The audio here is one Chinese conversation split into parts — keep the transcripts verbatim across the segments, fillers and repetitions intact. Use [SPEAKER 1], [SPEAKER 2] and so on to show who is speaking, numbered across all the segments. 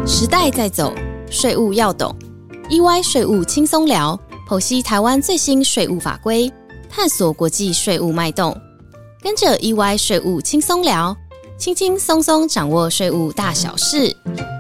[SPEAKER 1] 时代在走，税务要懂。E Y 税务轻松聊，剖析台湾最新税务法规，探索国际税务脉动。跟着 E Y 税务轻松聊，轻轻松松掌握税务大小事。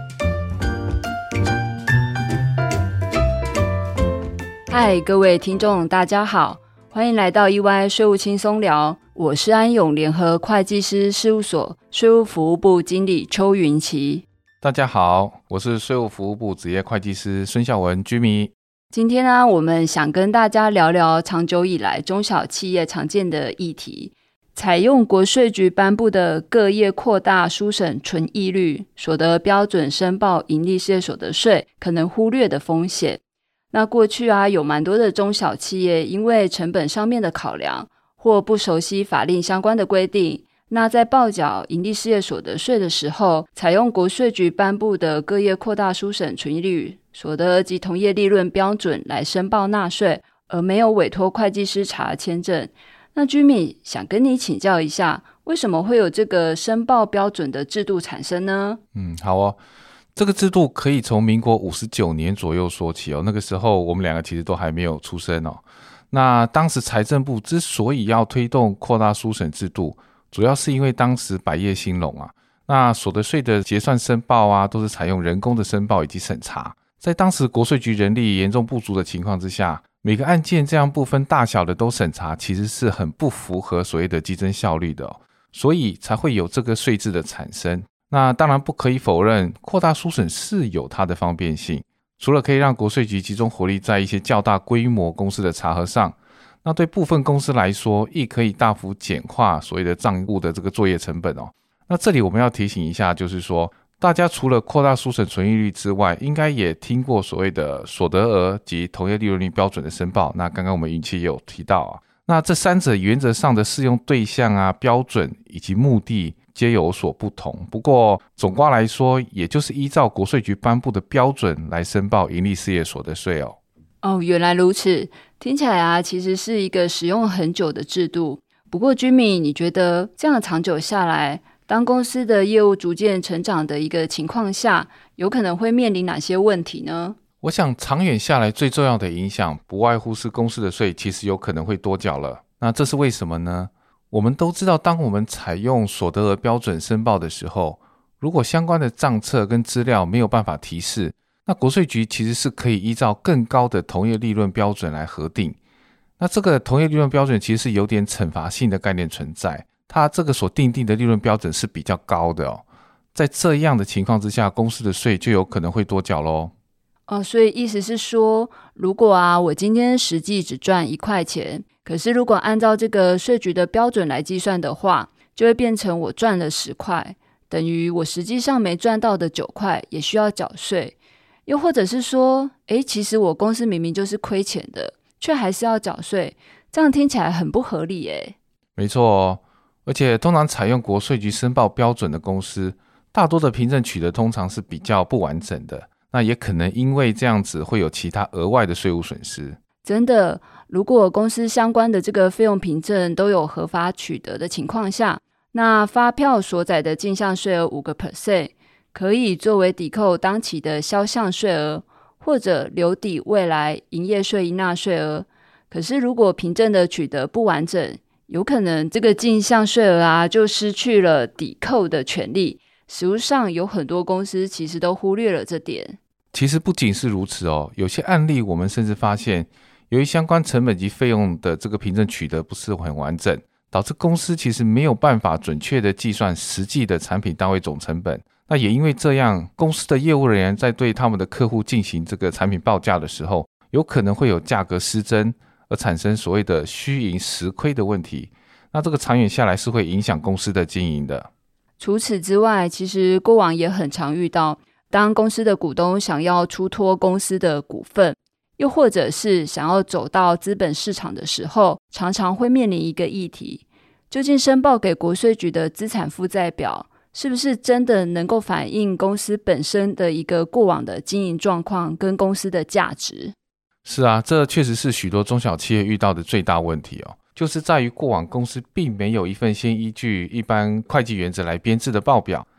[SPEAKER 2] 嗨，各位听众大家好，欢迎来到 E Y 税务轻松聊，我是安永联合会计师事务所税务服务部经理邱云琪。
[SPEAKER 3] 大家好，我是税务服务部职业会计师孙孝文居民。
[SPEAKER 2] 今天呢、啊，我们想跟大家聊聊长久以来中小企业常见的议题，采用国税局颁布的各业扩大书审纯益率所得标准申报营利事业所得税可能忽略的风险。那过去啊，有蛮多的中小企业因为成本上面的考量或不熟悉法令相关的规定，那在报缴营利事业所得税的时候，采用国税局颁布的各业扩大书审纯益率所得及同业利润标准来申报纳税，而没有委托会计师查签证。那居民想跟你请教一下，为什么会有这个申报标准的制度产生呢？
[SPEAKER 3] 嗯，好哦。这个制度可以从民国五十九年左右说起哦，那个时候我们两个其实都还没有出生哦。那当时财政部之所以要推动扩大书审制度，主要是因为当时百业兴隆啊，那所得税的结算申报啊，都是采用人工的申报以及审查。在当时国税局人力严重不足的情况之下，每个案件这样不分大小的都审查，其实是很不符合所谓的稽征效率的哦，所以才会有这个税制的产生。那当然不可以否认，扩大书审是有它的方便性，除了可以让国税局集中火力在一些较大规模公司的查核上，那对部分公司来说，亦可以大幅简化所谓的账务的这个作业成本哦。那这里我们要提醒一下，就是说，大家除了扩大书审纯益率之外，应该也听过所谓的所得额及同业利润率标准的申报。那刚刚我们云期也有提到啊，那这三者原则上的适用对象啊、标准以及目的皆有所不同。不过总括来说，也就是依照国税局颁布的标准来申报营利事业所得税哦。
[SPEAKER 2] 哦，原来如此，听起来啊，其实是一个使用很久的制度。不过居民，你觉得这样长久下来，当公司的业务逐渐成长的一个情况下，有可能会面临哪些问题呢？
[SPEAKER 3] 我想长远下来最重要的影响，不外乎是公司的税其实有可能会多缴了。那这是为什么呢？我们都知道，当我们采用所得额标准申报的时候，如果相关的账册跟资料没有办法提示，那国税局其实是可以依照更高的同业利润标准来核定。那这个同业利润标准其实是有点惩罚性的概念存在，它这个所定定的利润标准是比较高的哦。在这样的情况之下，公司的税就有可能会多缴咯。
[SPEAKER 2] 哦，所以意思是说，如果啊我今天实际只赚一块钱，可是如果按照这个税局的标准来计算的话，就会变成我赚了十块，等于我实际上没赚到的九块也需要缴税。又或者是说，诶，其实我公司明明就是亏钱的，却还是要缴税，这样听起来很不合理耶。
[SPEAKER 3] 没错哦，而且通常采用国税局申报标准的公司，大多的凭证取得通常是比较不完整的，那也可能因为这样子会有其他额外的税务损失。
[SPEAKER 2] 真的，如果公司相关的这个费用凭证都有合法取得的情况下，那发票所载的进项税额 百分之五 可以作为抵扣当期的销项税额，或者留抵未来营业税应纳税额。可是如果凭证的取得不完整，有可能这个进项税额啊就失去了抵扣的权利。实务上有很多公司其实都忽略了这点。
[SPEAKER 3] 其实不仅是如此哦，有些案例我们甚至发现，由于相关成本及费用的这个凭证取得不是很完整，导致公司其实没有办法准确的计算实际的产品单位总成本。那也因为这样，公司的业务人员在对他们的客户进行这个产品报价的时候，有可能会有价格失真，而产生所谓的虚盈实亏的问题。那这个长远下来是会影响公司的经营的。
[SPEAKER 2] 除此之外，其实过往也很常遇到，当公司的股东想要出脱公司的股份，又或者是想要走到资本市场的时候，常常会面临一个议题，究竟申报给国税局的资产负债表是不是真的能够反映公司本身的一个过往的经营状况跟公司的价值？
[SPEAKER 3] 是啊，这确实是许多中小企业遇到的最大问题哦，就是在于过往公司并没有一份先依据一般会计原则来编制的报表，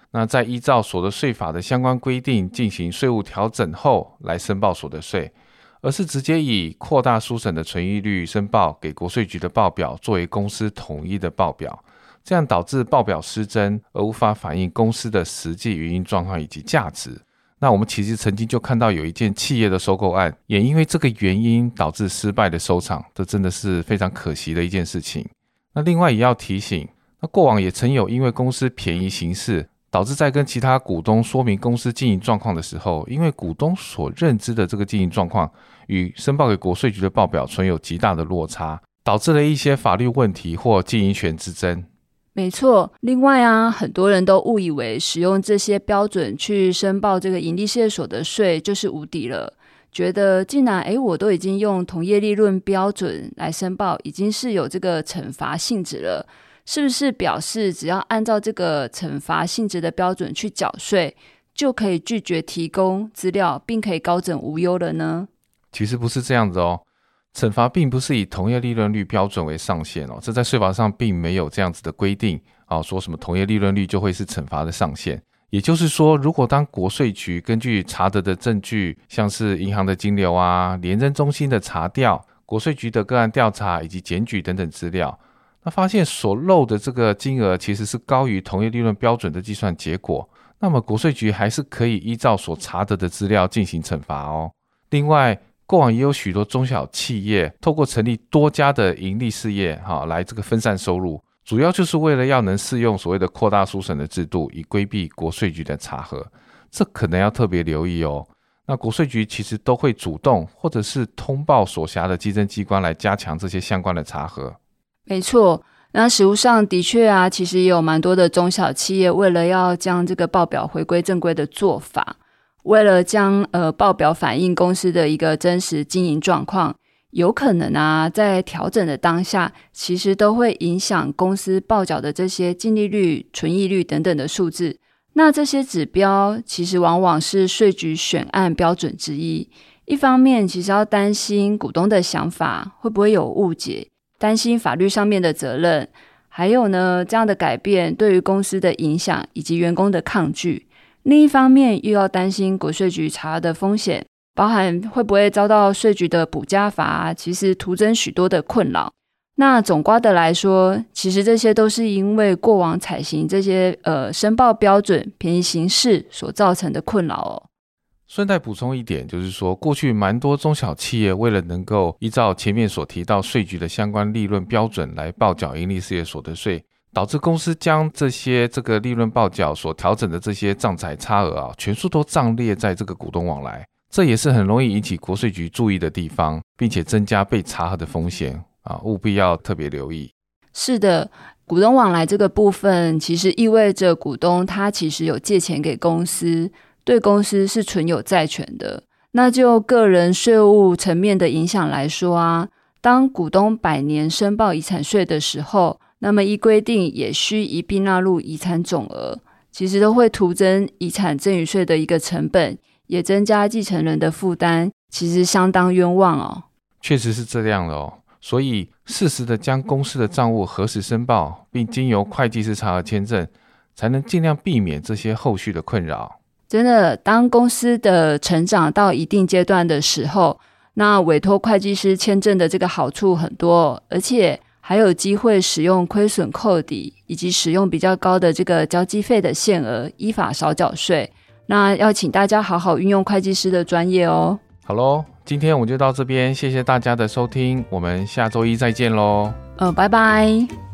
[SPEAKER 3] 那再依照所得税法的相关规定进行税务调整后来申报所得税，而是直接以扩大书审的存益率申报给国税局的报表作为公司统一的报表，这样导致报表失真，而无法反映公司的实际营运状况以及价值。那我们其实曾经就看到有一件企业的收购案，也因为这个原因导致失败的收场，这真的是非常可惜的一件事情。那另外也要提醒，那过往也曾有因为公司便宜行事，导致在跟其他股东说明公司经营状况的时候，因为股东所认知的这个经营状况与申报给国税局的报表存有极大的落差，导致了一些法律问题或经营权之争。
[SPEAKER 2] 没错，另外啊，很多人都误以为使用这些标准去申报这个营利事业所得税就是无敌了，觉得既然诶我都已经用同业利润标准来申报，已经是有这个惩罚性质了，是不是表示只要按照这个惩罚性质的标准去缴税，就可以拒绝提供资料并可以高枕无忧了呢？
[SPEAKER 3] 其实不是这样子哦，惩罚并不是以同业利润率标准为上限哦，这在税法上并没有这样子的规定哦，说什么同业利润率就会是惩罚的上限。也就是说，如果当国税局根据查得的证据，像是银行的金流啊、联征中心的查调、国税局的个案调查以及检举等等资料，那发现所漏的这个金额其实是高于同业利润标准的计算结果，那么国税局还是可以依照所查得的资料进行惩罚哦。另外，过往也有许多中小企业透过成立多家的盈利事业来这个分散收入，主要就是为了要能适用所谓的扩大书审的制度，以规避国税局的查核，这可能要特别留意哦。那国税局其实都会主动或者是通报所辖的稽征机关来加强这些相关的查核。
[SPEAKER 2] 没错，那实务上的确啊，其实也有蛮多的中小企业为了要将这个报表回归正规的做法，为了将呃报表反映公司的一个真实经营状况，有可能啊在调整的当下，其实都会影响公司报缴的这些净利率、纯益率等等的数字。那这些指标其实往往是税局选案标准之一。一方面其实要担心股东的想法会不会有误解，担心法律上面的责任，还有呢这样的改变对于公司的影响以及员工的抗拒。另一方面又要担心国税局查的风险，包含会不会遭到税局的补加罚，其实徒增许多的困扰。那总括的来说，其实这些都是因为过往采行这些呃申报标准便宜行事所造成的困扰哦。
[SPEAKER 3] 顺带补充一点，就是说过去蛮多中小企业为了能够依照前面所提到税局的相关利润标准来报缴营利事业所得税，导致公司将这些这个利润报缴所调整的这些账载差额啊，全数都账列在这个股东往来，这也是很容易引起国税局注意的地方，并且增加被查核的风险啊，务必要特别留意。
[SPEAKER 2] 是的，股东往来这个部分其实意味着股东他其实有借钱给公司，对公司是存有债权的。那就个人税务层面的影响来说啊，当股东百年申报遗产税的时候，那么依规定也需一并纳入遗产总额，其实都会徒增遗产赠与税的一个成本，也增加继承人的负担，其实相当冤枉哦。
[SPEAKER 3] 确实是这样的哦，所以适时的将公司的账务核实申报，并经由会计师查核签证，才能尽量避免这些后续的困扰。
[SPEAKER 2] 真的，当公司的成长到一定阶段的时候，那委托会计师签证的这个好处很多，而且还有机会使用亏损扣抵，以及使用比较高的这个交际费的限额，依法少缴税。那要请大家好好运用会计师的专业哦。
[SPEAKER 3] 好咯，今天我们就到这边，谢谢大家的收听，我们下周一再见咯。
[SPEAKER 2] 呃，拜拜。